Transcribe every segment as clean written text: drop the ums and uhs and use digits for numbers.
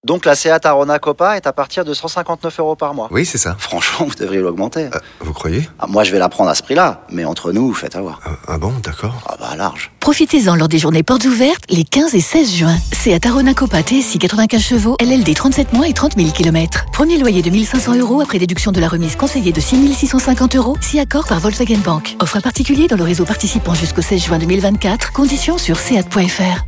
Donc la Seat Arona Copa est à partir de 159 € par mois. Oui, c'est ça. Franchement, vous devriez l'augmenter. Vous croyez ? Moi, je vais la prendre à ce prix-là, mais entre nous, faites avoir. Ah bon, d'accord. Ah bah large. Profitez-en lors des journées portes ouvertes les 15 et 16 juin. Seat Arona Copa TSI 95 chevaux, LLD 37 mois et 30 000 km. Premier loyer de 1 500 € après déduction de la remise conseillée de 6 650 €, si accord par Volkswagen Bank. Offre à particulier dans le réseau participant jusqu'au 16 juin 2024. Conditions sur seat.fr.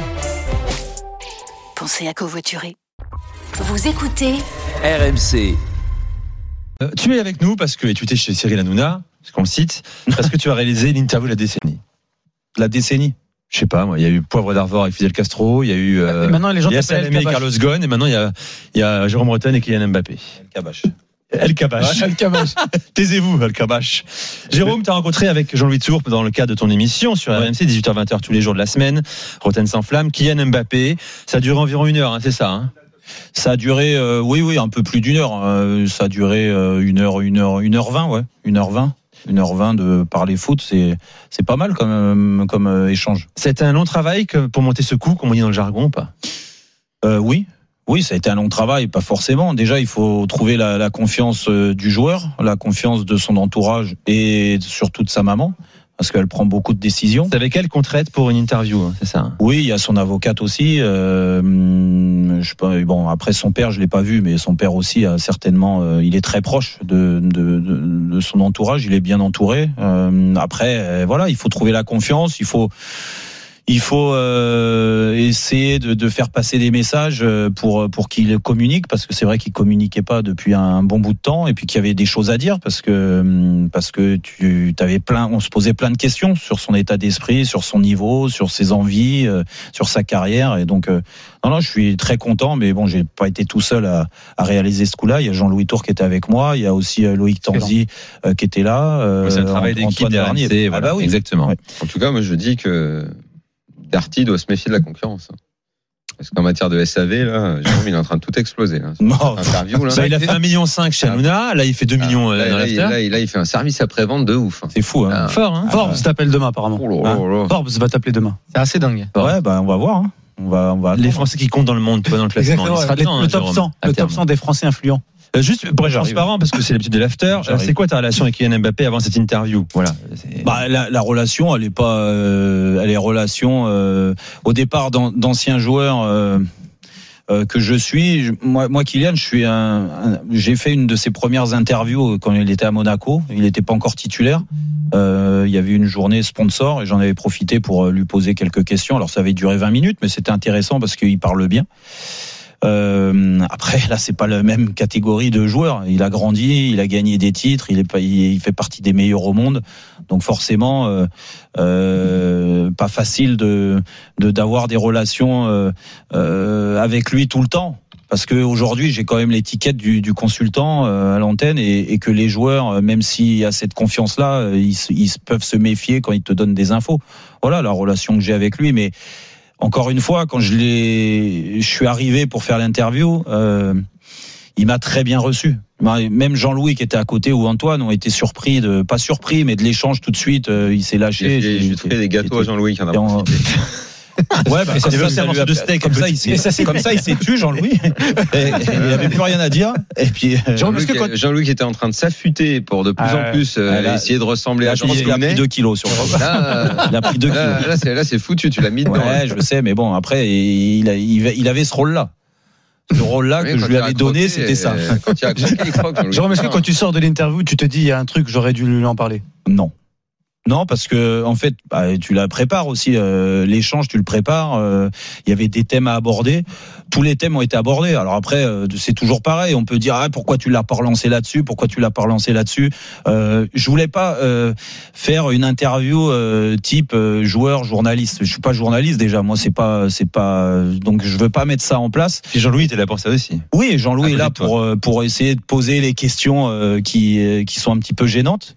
Pensez à covoiturer. Vous écoutez RMC. Tu es avec nous parce que tu étais chez Cyril Hanouna, qu'on le cite, parce que tu as réalisé l'interview de la décennie. La décennie. Je sais pas, moi, il y a eu Poivre d'Arvor avec Fidel Castro, il y a eu maintenant les gens Yassine Aimé et Carlos Ghosn, et maintenant il y a Jérôme Breton et Kylian Mbappé. El Kabash. Taisez-vous, El Kabash. Jérôme, tu as rencontré avec Jean-Louis Tour dans le cadre de ton émission sur RMC, 18h-20h tous les jours de la semaine. Rotten sans flamme, Kylian Mbappé. Ça a duré environ 1 heure, hein, c'est ça, hein? Ça a duré, oui, un peu plus d'1 heure. Ça a duré 1h20, ouais. 1h20 de parler foot, c'est pas mal comme échange. C'était un long travail pour monter ce coup, comme on dit dans le jargon, ou pas? Oui, ça a été un long travail, pas forcément. Déjà, il faut trouver la confiance du joueur, la confiance de son entourage et surtout de sa maman, parce qu'elle prend beaucoup de décisions. C'est avec elle qu'on traite pour une interview, hein, c'est ça? Oui, il y a son avocate aussi. Je sais pas, bon, après son père, je l'ai pas vu, mais son père aussi a certainement. Il est très proche de son entourage. Il est bien entouré. Après, voilà, il faut trouver la confiance. Il faut essayer de faire passer des messages pour qu'il communique, parce que c'est vrai qu'il communiquait pas depuis un bon bout de temps, et puis qu'il y avait des choses à dire, parce que on se posait plein de questions sur son état d'esprit, sur son niveau, sur ses envies, sur sa carrière, et donc non, je suis très content, mais bon, j'ai pas été tout seul à réaliser ce coup-là. Il y a Jean-Louis Tour qui était avec moi, il y a aussi Loïc Tanzi qui était là. C'est un travail d'équipe dernier. Voilà, oui. Exactement. Ouais. En tout cas, moi je dis que Darty doit se méfier de la concurrence. Parce qu'en matière de SAV, là, Jérôme, il est en train de tout exploser. Là. Interview, là. Il a fait 1,5 million chez Hanouna, là il fait 2 millions dans l'after. Là, il fait un service après-vente de ouf. C'est fou, hein. Fort, hein. Forbes t'appelle demain, apparemment. Forbes va t'appeler demain. C'est assez dingue. Ouais, on va voir. Hein. On va les Français qui comptent dans le monde, toi, dans le classement. Le top 100 des Français influents. Juste pour être transparent, parce que c'est l'habitude de l'after, c'est quoi ta relation avec Kylian Mbappé avant cette interview? Voilà. La relation, elle est relation au départ d'anciens joueurs que je suis. Moi, Kylian, j'ai fait une de ses premières interviews quand il était à Monaco. Il n'était pas encore titulaire. Il y avait une journée sponsor et j'en avais profité pour lui poser quelques questions. Alors ça avait duré 20 minutes, mais c'était intéressant parce qu'il parle bien. Après, là, c'est pas la même catégorie de joueurs. Il a grandi, il a gagné des titres, il fait partie des meilleurs au monde. Donc forcément, pas facile d'avoir des relations avec lui tout le temps. Parce qu'aujourd'hui, j'ai quand même l'étiquette du consultant à l'antenne et que les joueurs, même s'il y a cette confiance-là, ils peuvent se méfier quand ils te donnent des infos. Voilà la relation que j'ai avec lui, mais encore une fois, quand je suis arrivé pour faire l'interview, il m'a très bien reçu. Même Jean-Louis qui était à côté ou Antoine ont été surpris pas surpris, mais de l'échange tout de suite. Il s'est lâché. J'ai fait des gâteaux à Jean-Louis qui en a profité. Ouais, bah, ça, un morceau de steak comme ça, il s'est tué, Jean-Louis. Il n'avait plus rien à dire. Et puis Jean-Louis qui était en train de s'affûter pour de plus en plus essayer de ressembler à Jean-Louis. Il a pris 2 kilos sur le il a pris 2 kilos. Là, c'est foutu. Tu l'as mis dedans. Ouais, je sais, mais bon, après, il avait ce rôle-là. Le rôle-là que je lui avais donné, c'était ça. Quand il a croqué, il croque. Jérôme, est-ce que quand tu sors de l'interview, tu te dis il y a un truc, j'aurais dû lui en parler? Non, parce que en fait, tu la prépares aussi. L'échange, tu le prépares. Il y avait des thèmes à aborder. Tous les thèmes ont été abordés. Alors après, c'est toujours pareil. On peut dire pourquoi tu l'as pas relancé là-dessus, pourquoi tu l'as pas relancé là-dessus. Je voulais pas faire une interview type joueur journaliste. Je suis pas journaliste déjà. Moi, c'est pas. Donc je veux pas mettre ça en place. Et Jean-Louis était là pour ça aussi. Oui, Jean-Louis est là pour essayer de poser les questions qui sont un petit peu gênantes.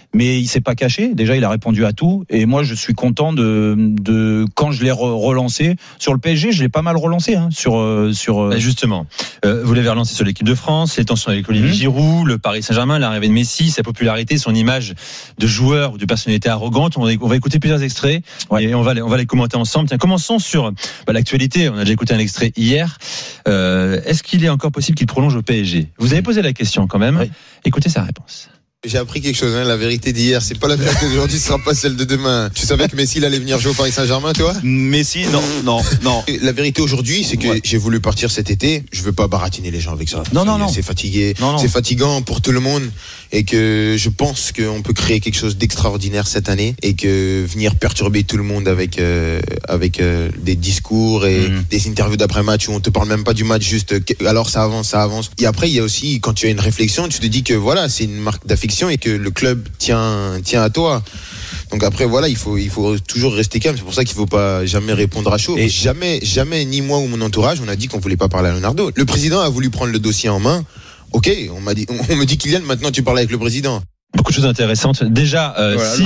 mais il s'est pas caché. Déjà, il a répondu à tout. Et moi, je suis content de quand je l'ai relancé sur le PSG, je l'ai pas mal relancé sur. Justement, vous l'avez relancé sur l'équipe de France, les tensions avec Olivier Giroud, le Paris Saint-Germain, l'arrivée de Messi, sa popularité, son image de joueur ou de personnalité arrogante. On va écouter plusieurs extraits et on va les commenter ensemble. Tiens, commençons sur l'actualité. On a déjà écouté un extrait hier. Est-ce qu'il est encore possible qu'il prolonge au PSG ? Vous avez posé la question quand même. Oui. Écoutez sa réponse. J'ai appris quelque chose, la vérité d'hier, c'est pas la vérité d'aujourd'hui, ce sera pas celle de demain. Tu savais que Messi il allait venir jouer au Paris Saint-Germain, toi ? Messi, non. La vérité aujourd'hui, c'est que j'ai voulu partir cet été. Je veux pas baratiner les gens avec ça. Non. C'est fatigué, Non. c'est fatigant pour tout le monde, et que je pense qu'on peut créer quelque chose d'extraordinaire cette année, et que venir perturber tout le monde avec des discours et des interviews d'après-match où on te parle même pas du match, juste alors ça avance. Et après il y a aussi, quand tu as une réflexion, tu te dis que voilà, c'est une marque d'affection et que le club tient à toi. Donc après voilà, il faut toujours rester calme. C'est pour ça qu'il faut pas jamais répondre à chaud. Et jamais ni moi ou mon entourage on a dit qu'on voulait pas parler à Leonardo. Le président a voulu prendre le dossier en main. Ok, on me dit Kylian, maintenant tu parles avec le président. Beaucoup de choses intéressantes. Déjà, ici,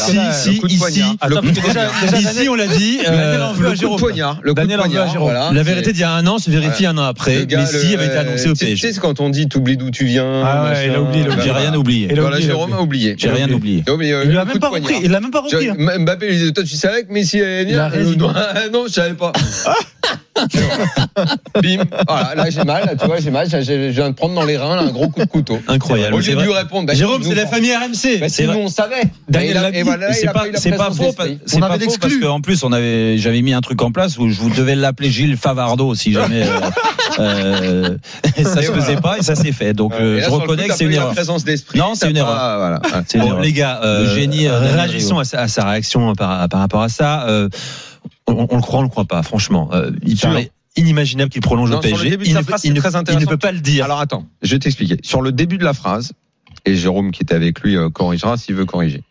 on l'a dit. Le coup de poignard. Voilà, la vérité d'il y a un an se vérifie un an après. Messi avait été annoncé au PSG. Tu sais, c'est quand on dit t'oublies d'où tu viens. Il a oublié. J'ai rien oublié. Voilà, Jérôme a oublié. J'ai rien oublié. Il l'a même pas repris. Il l'a même pas repris. Mbappé lui disait, toi tu savais que Messi allait venir ? Non, je savais pas. Bim. Voilà, là j'ai mal. Je viens de prendre dans les reins là, un gros coup de couteau. Incroyable. Au lieu de lui répondre, Jérôme, c'est la famille RMC. C'est nous, on savait. C'est pas faux parce qu'en plus j'avais mis un truc en place où je vous devais l'appeler Gilles Favardo si jamais ça se faisait pas et ça s'est fait. Donc je reconnais que c'est une erreur. Non, c'est une erreur. Bon, les gars, le génie. réagissons à sa réaction par rapport à ça. On le croit, on le croit pas. Franchement, il paraît inimaginable qu'il prolonge au PSG. Il ne peut pas le dire. Alors attends, je vais t'expliquer. Sur le début de la phrase, et Jérôme qui était avec lui corrigera s'il veut corriger.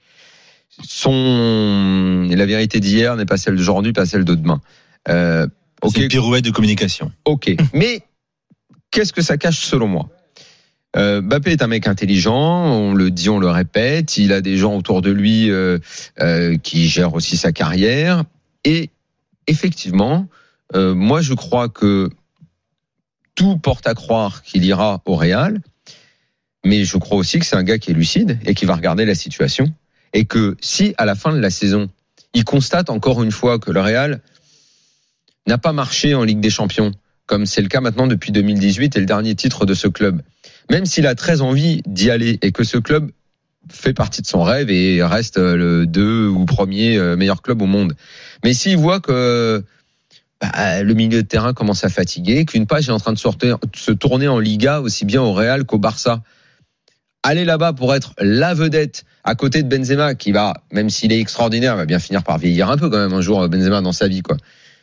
La vérité d'hier n'est pas celle d'aujourd'hui, pas celle de demain. C'est une pirouette de communication. Ok, mais qu'est-ce que ça cache selon moi ? Mbappé est un mec intelligent, on le dit, on le répète. Il a des gens autour de lui qui gèrent aussi sa carrière. Et effectivement, moi je crois que tout porte à croire qu'il ira au Real, mais je crois aussi que c'est un gars qui est lucide et qui va regarder la situation, et que si à la fin de la saison, il constate encore une fois que le Real n'a pas marché en Ligue des Champions, comme c'est le cas maintenant depuis 2018 et le dernier titre de ce club, même s'il a très envie d'y aller et que ce club fait partie de son rêve et reste le 2 ou premier meilleur club au monde. Mais s'il voit que le milieu de terrain commence à fatiguer, qu'une page est en train de se tourner en Liga aussi bien au Real qu'au Barça, aller là-bas pour être la vedette à côté de Benzema qui va, même s'il est extraordinaire, va bien finir par vieillir un peu quand même un jour Benzema dans sa vie quoi.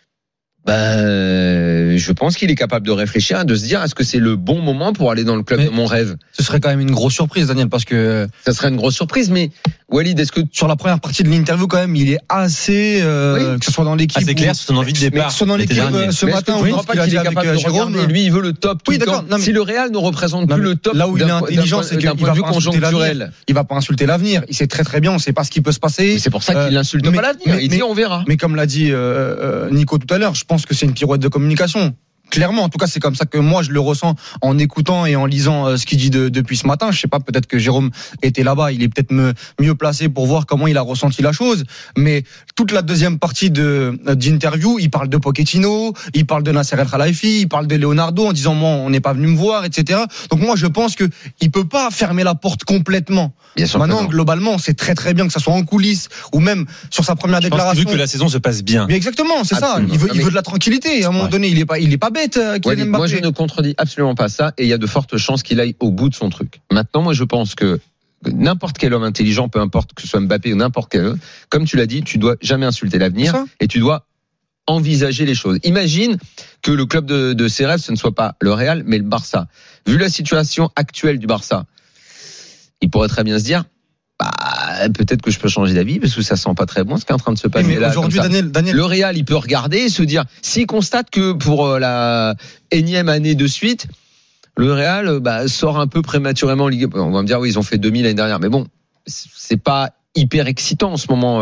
Je pense qu'il est capable de réfléchir, de se dire est-ce que c'est le bon moment pour aller dans le club de mon rêve. Ce serait quand même une grosse surprise, Daniel, parce que ça serait une grosse surprise. Mais Walid, est-ce que sur la première partie de l'interview quand même, il est assez que ce soit dans l'équipe, assez clair sur son envie de départ. Que ce soit dans l'équipe ce matin, on ne croit pas qu'il est capable de regarder. Lui, il veut le top. Oui, d'accord. Si le Real ne représente plus le top, là où il est intelligent, c'est qu'il va pas conjoncturel. Il va pas insulter l'avenir. Il sait très très bien. On sait pas ce qui peut se passer. C'est pour ça qu'il insulte pas l'avenir. Il dit on verra. Mais comme l'a dit Nico tout à l'heure, je pense que c'est une pirouette de communication. Clairement, en tout cas, c'est comme ça que moi je le ressens en écoutant et en lisant ce qu'il dit depuis ce matin. Je sais pas, peut-être que Jérôme était là-bas, il est peut-être mieux placé pour voir comment il a ressenti la chose. Mais toute la deuxième partie d'interview, il parle de Pochettino, il parle de Nasser El Khelaifi, il parle de Leonardo en disant moi on n'est pas venu me voir, etc. Donc moi je pense que il peut pas fermer la porte complètement. Bien sûr. Maintenant, globalement, c'est très très bien que ça soit en coulisses ou même sur sa première déclaration. Il veut que la saison se passe bien. Mais exactement, c'est absolument ça. Il veut de la tranquillité. À un moment donné, il est pas bête. Moi, je ne contredis absolument pas ça, et il y a de fortes chances qu'il aille au bout de son truc. Maintenant, moi, je pense que n'importe quel homme intelligent, peu importe que ce soit Mbappé ou n'importe quel, comme tu l'as dit, tu dois jamais insulter l'avenir et tu dois envisager les choses. Imagine que le club de ses rêves, ce ne soit pas le Real, mais le Barça. Vu la situation actuelle du Barça, il pourrait très bien se dire peut-être que je peux changer d'avis parce que ça sent pas très bon ce qui est en train de se passer là. Aujourd'hui, Daniel, le Real, il peut regarder et se dire s'il constate que pour la énième année de suite, le Real sort un peu prématurément en Ligue. On va me dire oui, ils ont fait 2000 l'année dernière, mais bon, c'est pas hyper excitant en ce moment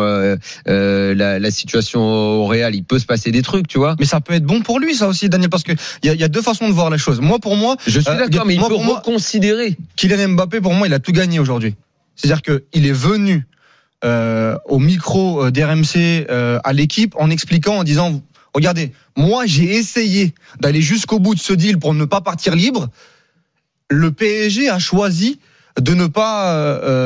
la situation au Real. Il peut se passer des trucs, tu vois. Mais ça peut être bon pour lui, ça aussi, Daniel, parce que il y a deux façons de voir la chose. Pour moi, je suis d'accord, mais il peut reconsidérer. Kylian Mbappé, pour moi, il a tout gagné aujourd'hui. C'est-à-dire que il est venu au micro d'RMC à l'équipe en expliquant, en disant, regardez, moi j'ai essayé d'aller jusqu'au bout de ce deal pour ne pas partir libre. Le PSG a choisi de ne pas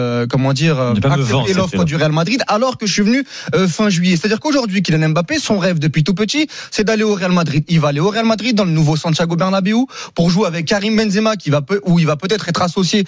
accepter l'offre du Real Madrid alors que je suis venu fin juillet. C'est-à-dire qu'aujourd'hui, Kylian Mbappé, son rêve depuis tout petit, c'est d'aller au Real Madrid. Il va aller au Real Madrid dans le nouveau Santiago Bernabéu pour jouer avec Karim Benzema où il va peut-être être associé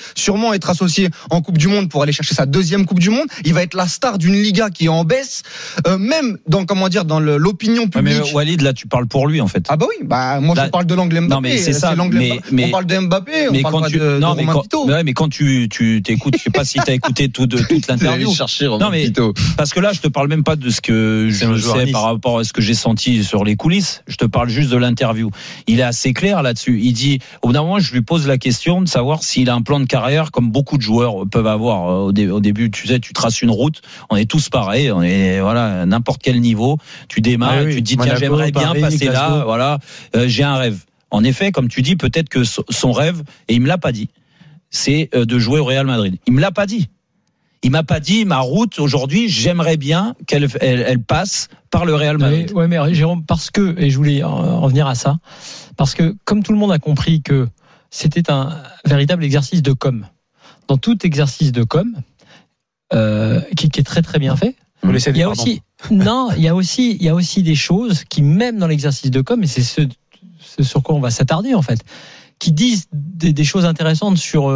en Coupe du Monde pour aller chercher sa deuxième Coupe du Monde. Il va être la star d'une Liga qui est en baisse, même dans l'opinion publique. Mais Walid, là tu parles pour lui en fait. Ah bah oui, moi je parle de l'angle Mbappé. Non mais c'est ça. On parle de Mbappé, on parle pas de Romain Pito. Mais quand tu t'écoutes, je sais pas si t'as écouté toute l'interview. Non mais parce que là je te parle même pas de ce que je sais par rapport à ce que j'ai senti sur les coulisses. Je te parle juste de l'interview. Il est assez clair là-dessus. Il dit au bout d'un moment, je lui pose la question de savoir s'il a un plan de carrière comme beaucoup de joueurs peuvent avoir au début. Tu sais, tu traces une route. On est tous pareils. On est à n'importe quel niveau. Tu démarres, tu te dis tiens, j'aimerais bien passer là. Voilà, j'ai un rêve. En effet, comme tu dis, peut-être que son rêve, et il me l'a pas dit, c'est de jouer au Real Madrid. Il me l'a pas dit. Il m'a pas dit ma route aujourd'hui, j'aimerais bien qu'elle passe par le Real Madrid. Ouais, mais Jérôme, parce que, et je voulais en venir à ça, parce que comme tout le monde a compris que c'était un véritable exercice de com. Dans tout exercice de com, qui est très très bien fait, il y a aussi des choses qui, même dans l'exercice de com, et c'est ce sur quoi on va s'attarder en fait, qui disent des choses intéressantes sur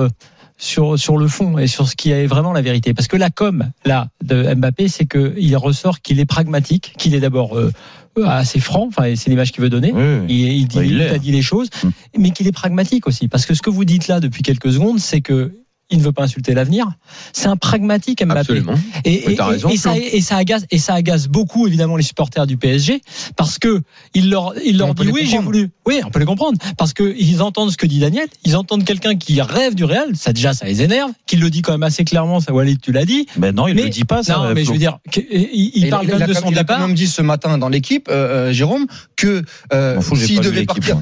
le fond et sur ce qui est vraiment la vérité. Parce que la com là de Mbappé, c'est qu'il ressort qu'il est pragmatique, qu'il est d'abord assez franc, enfin c'est l'image qu'il veut donner. Il a dit les choses, mais qu'il est pragmatique aussi. Parce que ce que vous dites là depuis quelques secondes, c'est que il ne veut pas insulter l'avenir. C'est un pragmatique Mbappé. Absolument. Et ça agace beaucoup évidemment les supporters du PSG parce que il leur dit oui, j'ai voulu. Oui, on peut les comprendre parce que ils entendent ce que dit Daniel, ils entendent quelqu'un qui rêve du Real, ça les énerve, qui le dit quand même assez clairement, ça Walid, tu l'as dit. Ben non, il le dit pas ça. Non, mais je veux dire il parle quand même de son départ. Il a quand même dit ce matin dans l'équipe Jérôme que s'il devait partir,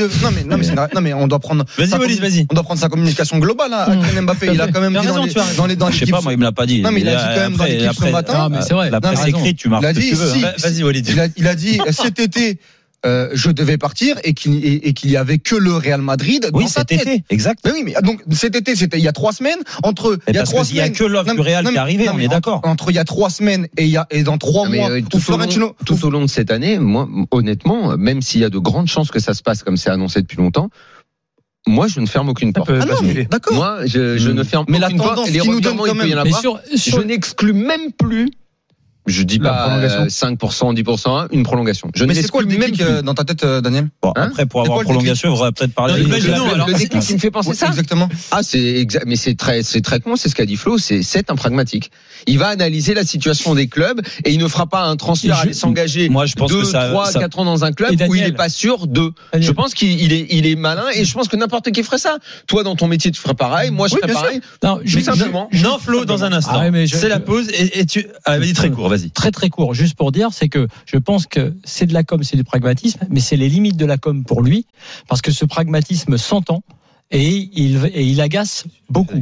non mais on doit prendre Vas-y. On doit prendre sa communication globale à Mbappé. Il a quand même dit dans les je sais pas, moi il me l'a pas dit. Non mais il a dit quand même dans l'équipe ce matin. Mais c'est vrai. La presse écrite, tu marques ce que tu veux. Vas-y Walid. Il a dit cet été je devais partir et qu'il y avait que le Real Madrid dans sa tête. Été, exact. Mais oui, mais donc cet été c'était il y a 3 semaines il y a que l'offre du Real qui est arrivée, on est d'accord. Entre il y a 3 semaines et dans 3 mois tout au long de cette année, moi honnêtement, même s'il y a de grandes chances que ça se passe comme c'est annoncé depuis longtemps, moi, je ne ferme aucune porte. D'accord. Moi, je ne ferme aucune porte. Les revirements, il peut y en avoir. Je n'exclus même plus. Je dis pas 5%, 10%, une prolongation. Mais c'est quoi le déclic dans ta tête, Daniel? Après, pour avoir prolongation, il faudrait peut-être parler. Le déclic qui me fait penser ça. Exactement. Mais c'est très con, c'est ce qu'a dit Flo, c'est un pragmatique. Il va analyser la situation des clubs et il ne fera pas un transfert à aller s'engager 2, 3, 4 ans dans un club où il n'est pas sûr de. Je pense qu'il est malin et je pense que n'importe qui ferait ça. Toi, dans ton métier, tu ferais pareil. Moi, je ferais pareil. Non, simplement. Non, Flo, dans un instant. C'est la pause et tu. Vas-y, très court, vas-y. Très très court, juste pour dire, c'est que je pense que c'est de la com, c'est du pragmatisme, mais c'est les limites de la com pour lui, parce que ce pragmatisme s'entend et il agace beaucoup.